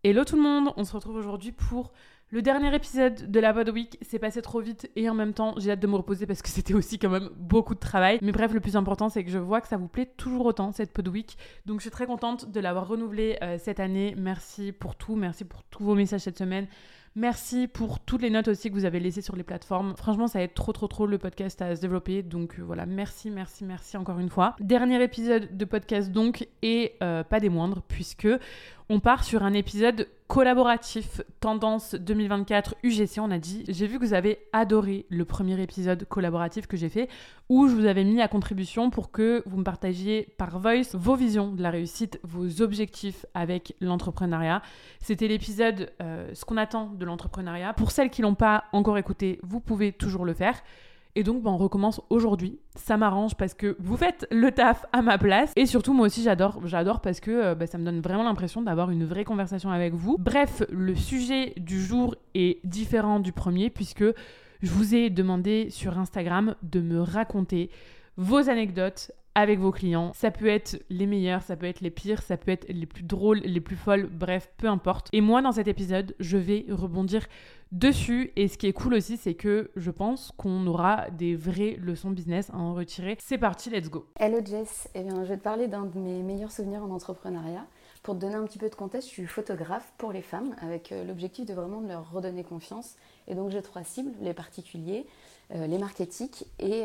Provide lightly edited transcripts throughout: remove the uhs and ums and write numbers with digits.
Hello tout le monde, on se retrouve aujourd'hui pour le dernier épisode de la Pod Week. C'est passé trop vite et en même temps j'ai hâte de me reposer parce que c'était aussi quand même beaucoup de travail. Mais bref, le plus important c'est que je vois que ça vous plaît toujours autant cette Pod Week. Donc je suis très contente de l'avoir renouvelée cette année. Merci pour tout, merci pour tous vos messages cette semaine. Merci pour toutes les notes aussi que vous avez laissées sur les plateformes. Franchement, ça aide trop le podcast à se développer. Donc voilà, merci encore une fois. Dernier épisode de podcast donc, et pas des moindres, puisque on part sur un épisode collaboratif, tendance 2024 UGC, on a dit. J'ai vu que vous avez adoré le premier épisode collaboratif que j'ai fait, où je vous avais mis à contribution pour que vous me partagiez par voice vos visions de la réussite, vos objectifs avec l'entrepreneuriat. C'était l'épisode ce qu'on attend de l'entrepreneuriat. Pour celles qui l'ont pas encore écouté, vous pouvez toujours le faire. Et donc, on recommence aujourd'hui. Ça m'arrange parce que vous faites le taf à ma place. Et surtout, moi aussi, j'adore parce que ça me donne vraiment l'impression d'avoir une vraie conversation avec vous. Bref, le sujet du jour est différent du premier puisque je vous ai demandé sur Instagram de me raconter vos anecdotes avec vos clients. Ça peut être les meilleurs, ça peut être les pires, ça peut être les plus drôles, les plus folles, bref, peu importe. Et moi, dans cet épisode, je vais rebondir dessus. Et ce qui est cool aussi, c'est que je pense qu'on aura des vraies leçons business à en retirer. C'est parti, let's go. Hello Jess, je vais te parler d'un de mes meilleurs souvenirs en entrepreneuriat. Pour te donner un petit peu de contexte, je suis photographe pour les femmes avec l'objectif de vraiment de leur redonner confiance. Et donc j'ai 3 cibles, les particuliers, les marketiques et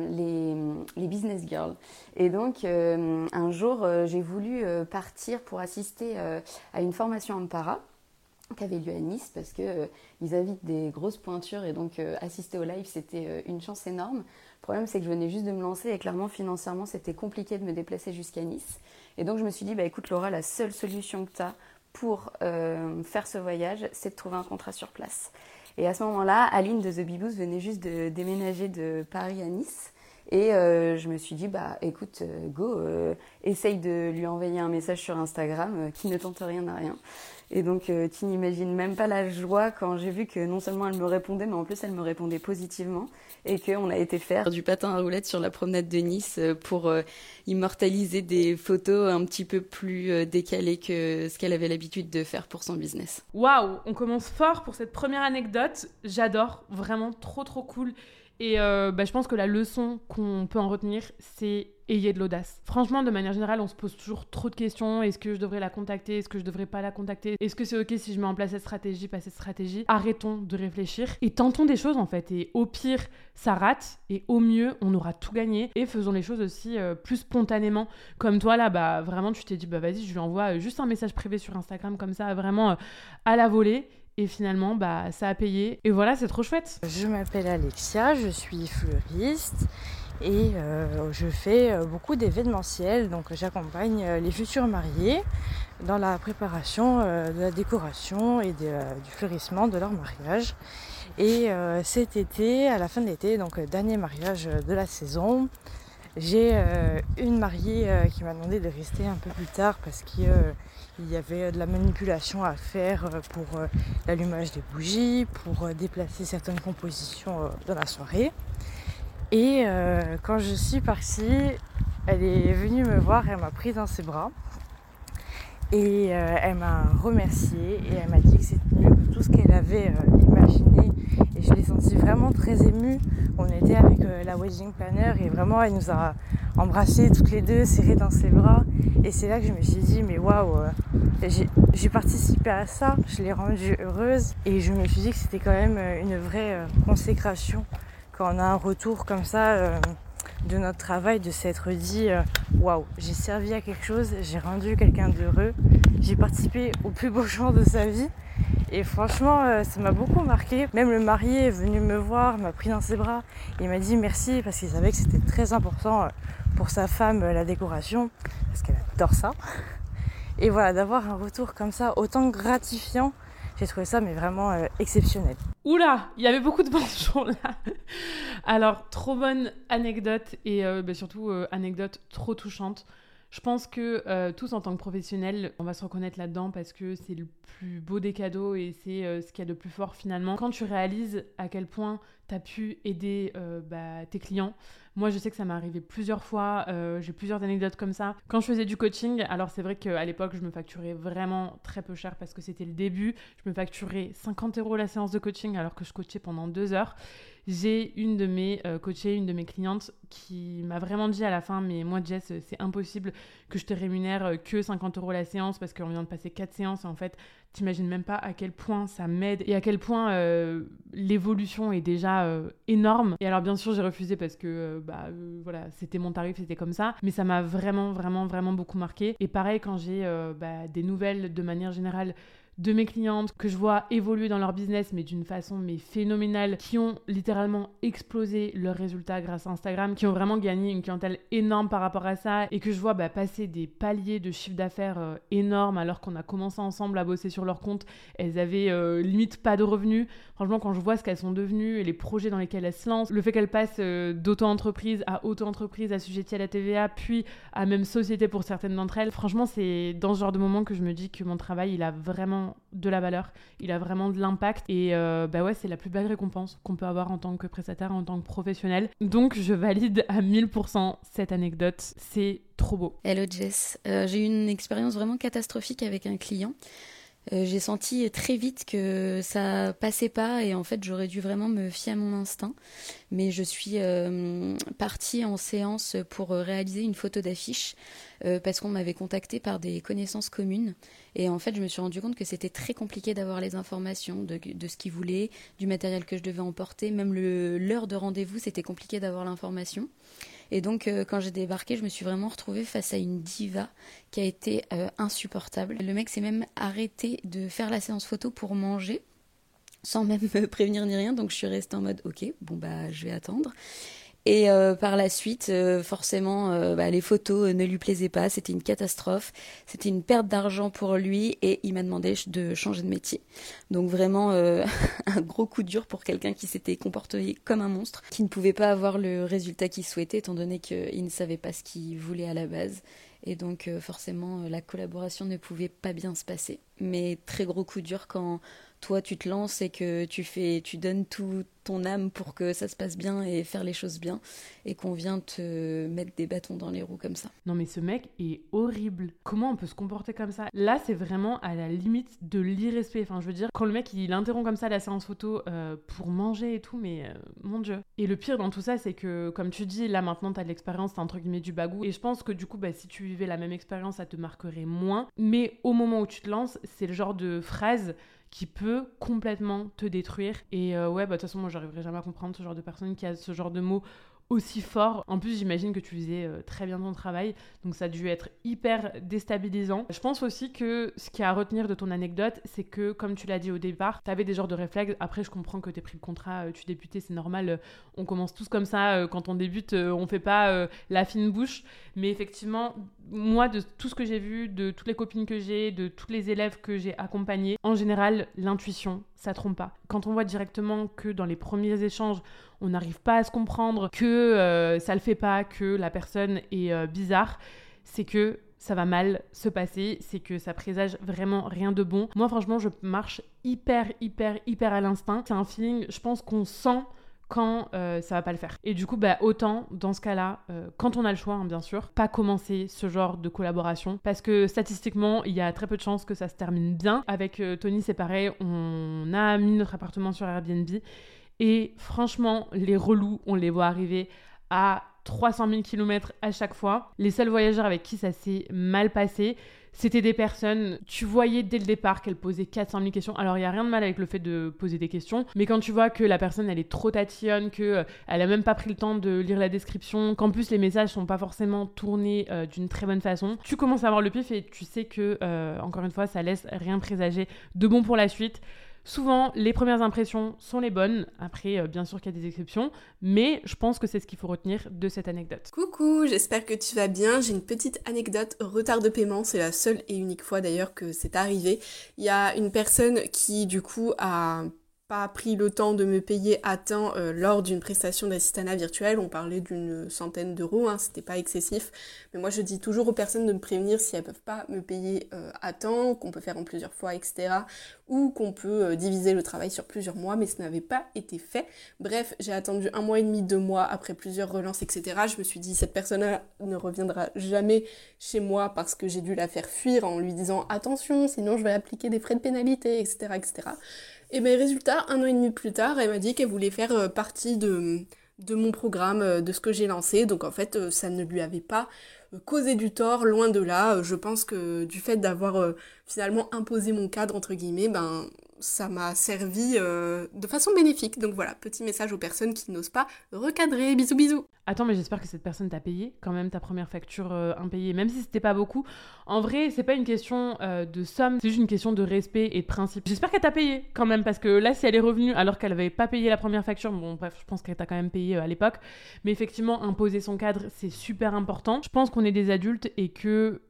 les business girls. Et donc un jour, j'ai voulu partir pour assister à une formation Ampara qui avait lieu à Nice parce qu'ils invitent des grosses pointures et donc assister au live, c'était une chance énorme. Le problème, c'est que je venais juste de me lancer et clairement, financièrement, c'était compliqué de me déplacer jusqu'à Nice. Et donc, je me suis dit, écoute Laura, la seule solution que tu as pour faire ce voyage, c'est de trouver un contrat sur place. Et à ce moment-là, Aline de The Beboost venait juste de déménager de Paris à Nice. Et je me suis dit, écoute, go, essaye de lui envoyer un message sur Instagram qui ne tente rien à rien. Et donc, tu n'imagines même pas la joie quand j'ai vu que non seulement elle me répondait, mais en plus, elle me répondait positivement. Et qu'on a été faire du patin à roulettes sur la promenade de Nice pour immortaliser des photos un petit peu plus décalées que ce qu'elle avait l'habitude de faire pour son business. Waouh, on commence fort pour cette première anecdote. J'adore, vraiment trop cool. Et je pense que la leçon qu'on peut en retenir, c'est ayez de l'audace. Franchement, de manière générale, on se pose toujours trop de questions. Est-ce que je devrais la contacter? Est-ce que je devrais pas la contacter? Est-ce que c'est ok si je mets en place cette stratégie, pas cette stratégie? Arrêtons de réfléchir et tentons des choses en fait. Et au pire, ça rate. Et au mieux, on aura tout gagné. Et faisons les choses aussi plus spontanément. Comme toi là, vraiment, tu t'es dit, vas-y, je lui envoie juste un message privé sur Instagram comme ça, vraiment à la volée. Et finalement, ça a payé. Et voilà, c'est trop chouette. Je m'appelle Alexia, je suis fleuriste et je fais beaucoup d'événementiels. Donc j'accompagne les futurs mariés dans la préparation de la décoration et du fleurissement de leur mariage. Et cet été, à la fin de l'été, donc dernier mariage de la saison, j'ai une mariée qui m'a demandé de rester un peu plus tard parce qu'il y avait de la manipulation à faire pour l'allumage des bougies, pour déplacer certaines compositions dans la soirée. Et quand je suis partie, elle est venue me voir, elle m'a prise dans ses bras et elle m'a remerciée et elle m'a dit que c'était mieux que tout ce qu'elle avait imaginé. Et je l'ai sentie vraiment très émue. On était avec la wedding planner et vraiment elle nous a embrassés toutes les deux, serrés dans ses bras. Et c'est là que je me suis dit, mais waouh, j'ai participé à ça, je l'ai rendue heureuse. Et je me suis dit que c'était quand même une vraie consécration quand on a un retour comme ça de notre travail, de s'être dit, waouh, j'ai servi à quelque chose, j'ai rendu quelqu'un d'heureux, j'ai participé au plus beau jour de sa vie. Et franchement, ça m'a beaucoup marqué. Même le marié est venu me voir, m'a pris dans ses bras. Il m'a dit merci parce qu'il savait que c'était très important pour sa femme la décoration, parce qu'elle adore ça. Et voilà, d'avoir un retour comme ça, autant gratifiant, j'ai trouvé ça mais vraiment exceptionnel. Oula, il y avait beaucoup de mentions là. Alors, trop bonne anecdote et surtout anecdote trop touchante. Je pense que tous en tant que professionnels, on va se reconnaître là-dedans parce que c'est le plus beau des cadeaux et c'est ce qu'il y a de plus fort finalement. Quand tu réalises à quel point tu as pu aider tes clients, Moi, je sais que ça m'est arrivé plusieurs fois. J'ai plusieurs anecdotes comme ça. Quand je faisais du coaching, alors c'est vrai qu'à l'époque, je me facturais vraiment très peu cher parce que c'était le début. Je me facturais 50 € la séance de coaching alors que je coachais pendant 2 heures. J'ai une de mes coachées, une de mes clientes qui m'a vraiment dit à la fin, mais moi Jess, c'est impossible que je te rémunère que 50 € la séance parce qu'on vient de passer 4 séances et en fait, t'imagines même pas à quel point ça m'aide et à quel point l'évolution est déjà énorme. Et alors bien sûr, j'ai refusé parce que voilà, c'était mon tarif, c'était comme ça, mais ça m'a vraiment, vraiment, vraiment beaucoup marqué. Et pareil, quand j'ai des nouvelles de manière générale de mes clientes que je vois évoluer dans leur business mais d'une façon phénoménale, qui ont littéralement explosé leurs résultats grâce à Instagram, qui ont vraiment gagné une clientèle énorme par rapport à ça et que je vois passer des paliers de chiffre d'affaires énormes alors qu'on a commencé ensemble à bosser sur leur compte, elles avaient limite pas de revenus. Franchement, quand je vois ce qu'elles sont devenues et les projets dans lesquels elles se lancent, le fait qu'elles passent d'auto-entreprise à auto-entreprise assujettie à la TVA puis à même société pour certaines d'entre elles, franchement c'est dans ce genre de moment que je me dis que mon travail il a vraiment de la valeur, il a vraiment de l'impact et c'est la plus belle récompense qu'on peut avoir en tant que prestataire, en tant que professionnel. Donc je valide à 1000% cette anecdote, c'est trop beau. Hello Jess, j'ai eu une expérience vraiment catastrophique avec un client. J'ai senti très vite que ça passait pas et en fait j'aurais dû vraiment me fier à mon instinct, mais je suis partie en séance pour réaliser une photo d'affiche parce qu'on m'avait contactée par des connaissances communes et en fait je me suis rendu compte que c'était très compliqué d'avoir les informations de ce qu'ils voulaient, du matériel que je devais emporter, même l'heure de rendez-vous c'était compliqué d'avoir l'information. Et donc, quand j'ai débarqué, je me suis vraiment retrouvée face à une diva qui a été insupportable. Le mec s'est même arrêté de faire la séance photo pour manger, sans même me prévenir ni rien. Donc, je suis restée en mode, ok, je vais attendre. Et par la suite, forcément, les photos ne lui plaisaient pas. C'était une catastrophe. C'était une perte d'argent pour lui et il m'a demandé de changer de métier. Donc vraiment, un gros coup dur pour quelqu'un qui s'était comporté comme un monstre, qui ne pouvait pas avoir le résultat qu'il souhaitait étant donné qu'il ne savait pas ce qu'il voulait à la base. Et donc forcément, la collaboration ne pouvait pas bien se passer. Mais très gros coup dur quand toi tu te lances et que tu donnes tout ton âme pour que ça se passe bien et faire les choses bien et qu'on vient te mettre des bâtons dans les roues comme ça. Non mais ce mec est horrible. Comment on peut se comporter comme ça ? Là c'est vraiment à la limite de l'irrespect. Enfin je veux dire, quand le mec il interrompt comme ça la séance photo pour manger et tout, mais mon Dieu. Et le pire dans tout ça c'est que comme tu dis, là maintenant t'as de l'expérience, t'as entre guillemets du bagou. Et je pense que du coup si tu vivais la même expérience ça te marquerait moins. Mais au moment où tu te lances, c'est le genre de phrase qui peut complètement te détruire. Et de toute façon, moi, j'arriverai jamais à comprendre ce genre de personne qui a ce genre de mots aussi fort. En plus, j'imagine que tu faisais très bien ton travail, donc ça a dû être hyper déstabilisant. Je pense aussi que ce qu'il y a à retenir de ton anecdote, c'est que, comme tu l'as dit au départ, tu avais des genres de réflexes. Après, je comprends que tu aies pris le contrat, tu débutais, c'est normal, on commence tous comme ça, quand on débute, on fait pas la fine bouche. Mais effectivement, moi, de tout ce que j'ai vu, de toutes les copines que j'ai, de tous les élèves que j'ai accompagnés, en général, l'intuition, ça trompe pas. Quand on voit directement que dans les premiers échanges, on n'arrive pas à se comprendre, que ça le fait pas, que la personne est bizarre, c'est que ça va mal se passer, c'est que ça présage vraiment rien de bon. Moi, franchement, je marche hyper à l'instinct. C'est un feeling, je pense qu'on sent quand ça va pas le faire. Et du coup, autant, dans ce cas-là, quand on a le choix, bien sûr, pas commencer ce genre de collaboration. Parce que statistiquement, il y a très peu de chances que ça se termine bien. Avec Tony, c'est pareil, on a mis notre appartement sur Airbnb. Et franchement, les relous, on les voit arriver à 300 000 km à chaque fois. Les seuls voyageurs avec qui ça s'est mal passé, c'était des personnes, tu voyais dès le départ qu'elles posaient 400 000 questions. Alors, il n'y a rien de mal avec le fait de poser des questions, mais quand tu vois que la personne, elle est trop tatillonne, qu'elle n'a même pas pris le temps de lire la description, qu'en plus, les messages ne sont pas forcément tournés d'une très bonne façon, tu commences à avoir le pif et tu sais que, encore une fois, ça laisse rien présager de bon pour la suite. Souvent, les premières impressions sont les bonnes. Après, bien sûr qu'il y a des exceptions, mais je pense que c'est ce qu'il faut retenir de cette anecdote. Coucou, j'espère que tu vas bien. J'ai une petite anecdote retard de paiement. C'est la seule et unique fois d'ailleurs que c'est arrivé. Il y a une personne qui, du coup, a pas pris le temps de me payer à temps lors d'une prestation d'assistanat virtuel. On parlait d'une centaine d'euros, c'était pas excessif. Mais moi je dis toujours aux personnes de me prévenir si elles peuvent pas me payer à temps, qu'on peut faire en plusieurs fois, etc. Ou qu'on peut diviser le travail sur plusieurs mois, mais ce n'avait pas été fait. Bref, j'ai attendu 1 mois et demi, 2 mois après plusieurs relances, etc. Je me suis dit, cette personne-là ne reviendra jamais chez moi parce que j'ai dû la faire fuir en lui disant « Attention, sinon je vais appliquer des frais de pénalité, etc. etc. » Et bien résultat, 1 an et demi plus tard, elle m'a dit qu'elle voulait faire partie de mon programme, de ce que j'ai lancé. Donc en fait, ça ne lui avait pas causé du tort, loin de là. Je pense que du fait d'avoir finalement imposé mon cadre, entre guillemets, ça m'a servi de façon bénéfique. Donc voilà, petit message aux personnes qui n'osent pas recadrer. Bisous bisous. Attends, mais j'espère que cette personne t'a payé quand même ta première facture impayée, même si c'était pas beaucoup. En vrai, c'est pas une question de somme, c'est juste une question de respect et de principe. J'espère qu'elle t'a payé quand même, parce que là, si elle est revenue alors qu'elle avait pas payé la première facture, bon bref, je pense qu'elle t'a quand même payé à l'époque. Mais effectivement, imposer son cadre, c'est super important. Je pense qu'on est des adultes et que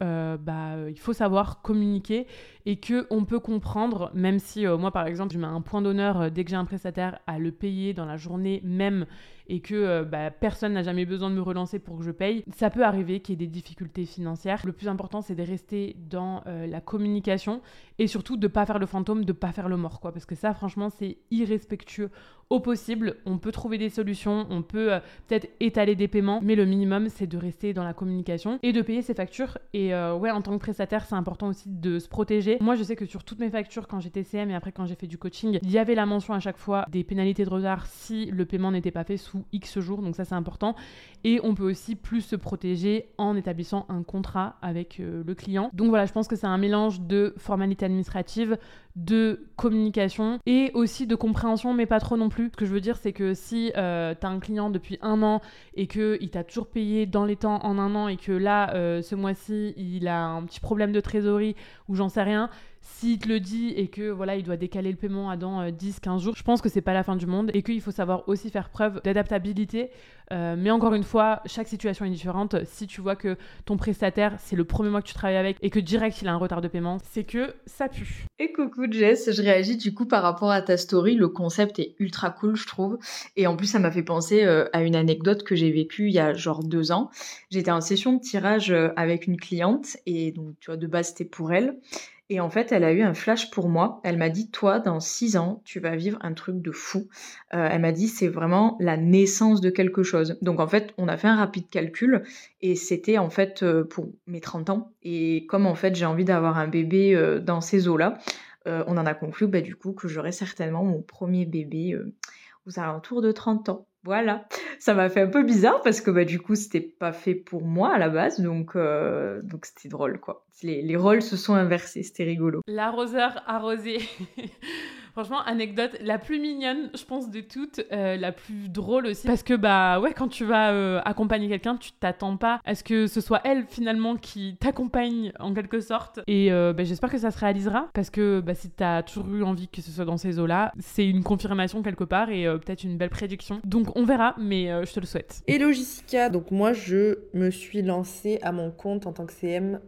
il faut savoir communiquer et que on peut comprendre, même si moi par exemple, je mets un point d'honneur dès que j'ai un prestataire à le payer dans la journée même et que personne n'a jamais besoin de me relancer pour que je paye. Ça peut arriver qu'il y ait des difficultés financières. Le plus important, c'est de rester dans la communication et surtout de ne pas faire le fantôme, de ne pas faire le mort, quoi. Parce que ça, franchement, c'est irrespectueux au possible. On peut trouver des solutions, on peut peut-être étaler des paiements, mais le minimum, c'est de rester dans la communication et de payer ses factures. Et en tant que prestataire, c'est important aussi de se protéger. Moi, je sais que sur toutes mes factures, quand j'étais CM et après quand j'ai fait du coaching, il y avait la mention à chaque fois des pénalités de retard si le paiement n'était pas fait sous X jours, donc ça c'est important. Et on peut aussi plus se protéger en établissant un contrat avec le client. Donc voilà, je pense que c'est un mélange de formalités administratives, de communication et aussi de compréhension, mais pas trop non plus. Ce que je veux dire, c'est que si t'as un client depuis 1 an et qu'il t'a toujours payé dans les temps en 1 an et que là, ce mois-ci, il a un petit problème de trésorerie ou j'en sais rien, s'il te le dit et que voilà, il doit décaler le paiement à dans 10-15 jours, je pense que c'est pas la fin du monde et qu'il faut savoir aussi faire preuve d'adaptabilité. Mais encore une fois, chaque situation est différente. Si tu vois que ton prestataire, c'est le premier mois que tu travailles avec et que direct il a un retard de paiement, c'est que ça pue. Et coucou Jess, je réagis du coup par rapport à ta story. Le concept est ultra cool, je trouve. Et en plus, ça m'a fait penser à une anecdote que j'ai vécue il y a genre 2 ans. J'étais en session de tirage avec une cliente et donc tu vois, de base c'était pour elle. Et en fait, elle a eu un flash pour moi. Elle m'a dit, toi, dans 6 ans, tu vas vivre un truc de fou. Elle m'a dit, c'est vraiment la naissance de quelque chose. Donc en fait, on a fait un rapide calcul et c'était en fait pour mes 30 ans. Et comme en fait, j'ai envie d'avoir un bébé dans ces eaux-là, on en a conclu du coup que j'aurai certainement mon premier bébé aux alentours de 30 ans. Voilà, ça m'a fait un peu bizarre parce que du coup c'était pas fait pour moi à la base, donc c'était drôle quoi. Les rôles se sont inversés, c'était rigolo. L'arroseur arrosé. Franchement, anecdote la plus mignonne, je pense, de toutes, la plus drôle aussi. Parce que, quand tu vas accompagner quelqu'un, tu t'attends pas à ce que ce soit elle, finalement, qui t'accompagne, en quelque sorte. Et j'espère que ça se réalisera. Parce que si t'as toujours eu envie que ce soit dans ces eaux-là, c'est une confirmation quelque part et peut-être une belle prédiction. Donc, on verra, mais je te le souhaite. Hello Jessica, donc moi, je me suis lancée à mon compte en tant que CM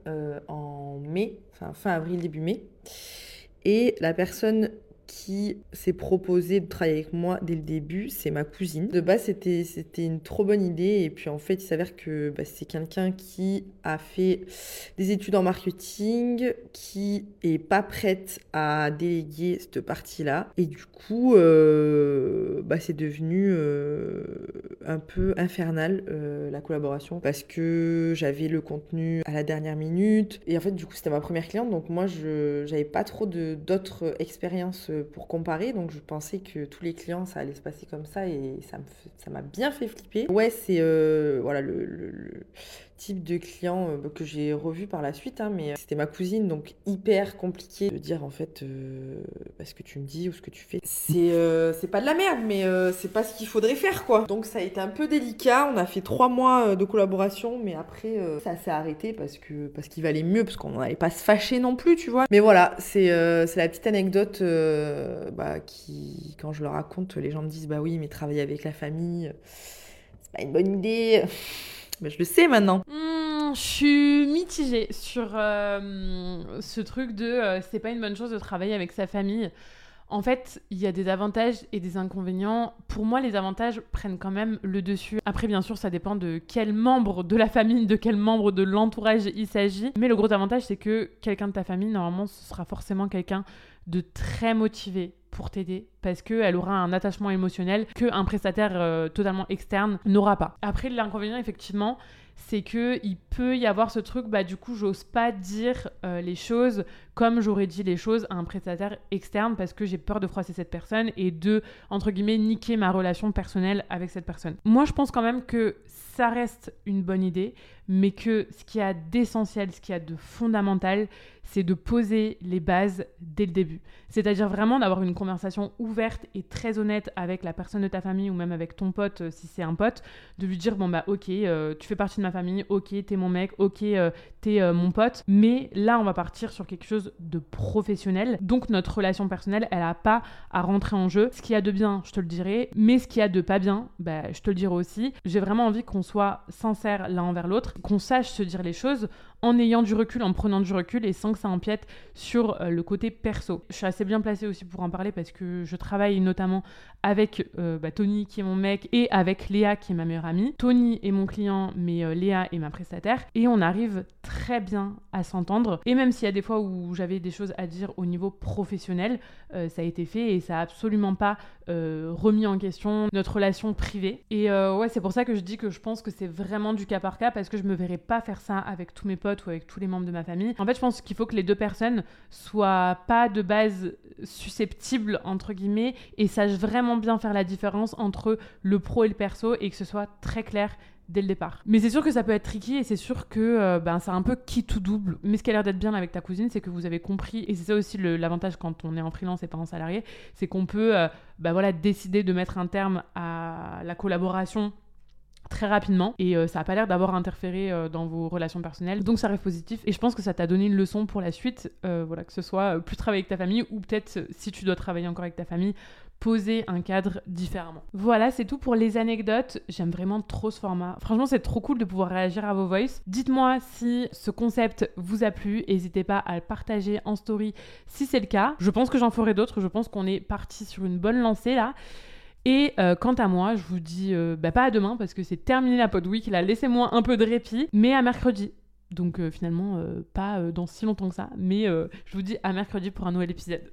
en mai, fin avril, début mai. Et la personne qui s'est proposé de travailler avec moi dès le début, c'est ma cousine. De base, c'était une trop bonne idée. Et puis, en fait, il s'avère que c'est quelqu'un qui a fait des études en marketing, qui est pas prête à déléguer cette partie-là. Et du coup, c'est devenu un peu infernal, la collaboration, parce que j'avais le contenu à la dernière minute. Et en fait, du coup, c'était ma première cliente. Donc, moi, j'avais pas trop d'autres expériences pour comparer, donc je pensais que tous les clients ça allait se passer comme ça et ça m'a bien fait flipper. Ouais, c'est le type de client que j'ai revu par la suite, mais c'était ma cousine, donc hyper compliqué de dire en fait ce que tu me dis ou ce que tu fais. C'est pas de la merde, mais c'est pas ce qu'il faudrait faire quoi. Donc ça a été un peu délicat, on a fait 3 mois de collaboration, mais après ça s'est arrêté parce qu'il valait mieux, parce qu'on n'allait pas se fâcher non plus, tu vois. Mais voilà, c'est la petite anecdote qui, quand je le raconte, les gens me disent oui, mais travailler avec la famille, c'est pas une bonne idée. Mais je le sais maintenant. Je suis mitigée sur ce truc de c'est pas une bonne chose de travailler avec sa famille. En fait, il y a des avantages et des inconvénients. Pour moi, les avantages prennent quand même le dessus. Après, bien sûr, ça dépend de quel membre de la famille, de quel membre de l'entourage il s'agit. Mais le gros avantage, c'est que quelqu'un de ta famille, normalement, ce sera forcément quelqu'un de très motivé pour t'aider parce qu'elle aura un attachement émotionnel qu'un prestataire totalement externe n'aura pas. Après, l'inconvénient, effectivement, c'est qu'il peut y avoir ce truc, du coup, j'ose pas dire les choses comme j'aurais dit les choses à un prestataire externe parce que j'ai peur de froisser cette personne et de, entre guillemets, niquer ma relation personnelle avec cette personne. Moi, je pense quand même que ça reste une bonne idée, mais que ce qu'il y a d'essentiel, ce qu'il y a de fondamental, c'est de poser les bases dès le début. C'est-à-dire vraiment d'avoir une conversation ouverte et très honnête avec la personne de ta famille ou même avec ton pote, si c'est un pote, de lui dire, ok, tu fais partie de ma famille, ok, t'es mon mec, ok, t'es mon pote, mais là, on va partir sur quelque chose de professionnel. Donc, notre relation personnelle, elle n'a pas à rentrer en jeu. Ce qu'il y a de bien, je te le dirai, mais ce qu'il y a de pas bien, je te le dirai aussi. J'ai vraiment envie qu'on soit sincères l'un envers l'autre, qu'on sache se dire les choses en ayant du recul, en prenant du recul et sans que ça empiète sur le côté perso. Je suis assez bien placée aussi pour en parler parce que je travaille notamment avec Tony qui est mon mec et avec Léa qui est ma meilleure amie. Tony est mon client mais Léa est ma prestataire et on arrive très bien à s'entendre. Et même s'il y a des fois où j'avais des choses à dire au niveau professionnel, ça a été fait et ça a absolument pas remis en question notre relation privée. Et c'est pour ça que je dis que je pense que c'est vraiment du cas par cas parce que je me verrais pas faire ça avec tous mes potes ou avec tous les membres de ma famille. En fait, je pense qu'il faut que les deux personnes soient pas de base susceptibles, entre guillemets, et sachent vraiment bien faire la différence entre le pro et le perso et que ce soit très clair dès le départ. Mais c'est sûr que ça peut être tricky et c'est sûr que c'est un peu qui tout double. Mais ce qui a l'air d'être bien avec ta cousine, c'est que vous avez compris, et c'est ça aussi l'avantage quand on est en freelance et pas en salarié, c'est qu'on peut décider de mettre un terme à la collaboration très rapidement et ça n'a pas l'air d'avoir interféré dans vos relations personnelles, donc ça reste positif et je pense que ça t'a donné une leçon pour la suite, que ce soit plus travailler avec ta famille ou peut-être si tu dois travailler encore avec ta famille, poser un cadre différemment. Voilà, c'est tout pour les anecdotes. J'aime vraiment trop ce format. Franchement, c'est trop cool de pouvoir réagir à vos voices. Dites-moi si ce concept vous a plu. N'hésitez pas à le partager en story si c'est le cas. Je pense que j'en ferai d'autres. Je pense qu'on est parti sur une bonne lancée là. Et quant à moi, je vous dis pas à demain parce que c'est terminé la Pod Week. Là, laissez-moi un peu de répit, mais à mercredi. Donc finalement, pas dans si longtemps que ça. Mais je vous dis à mercredi pour un nouvel épisode.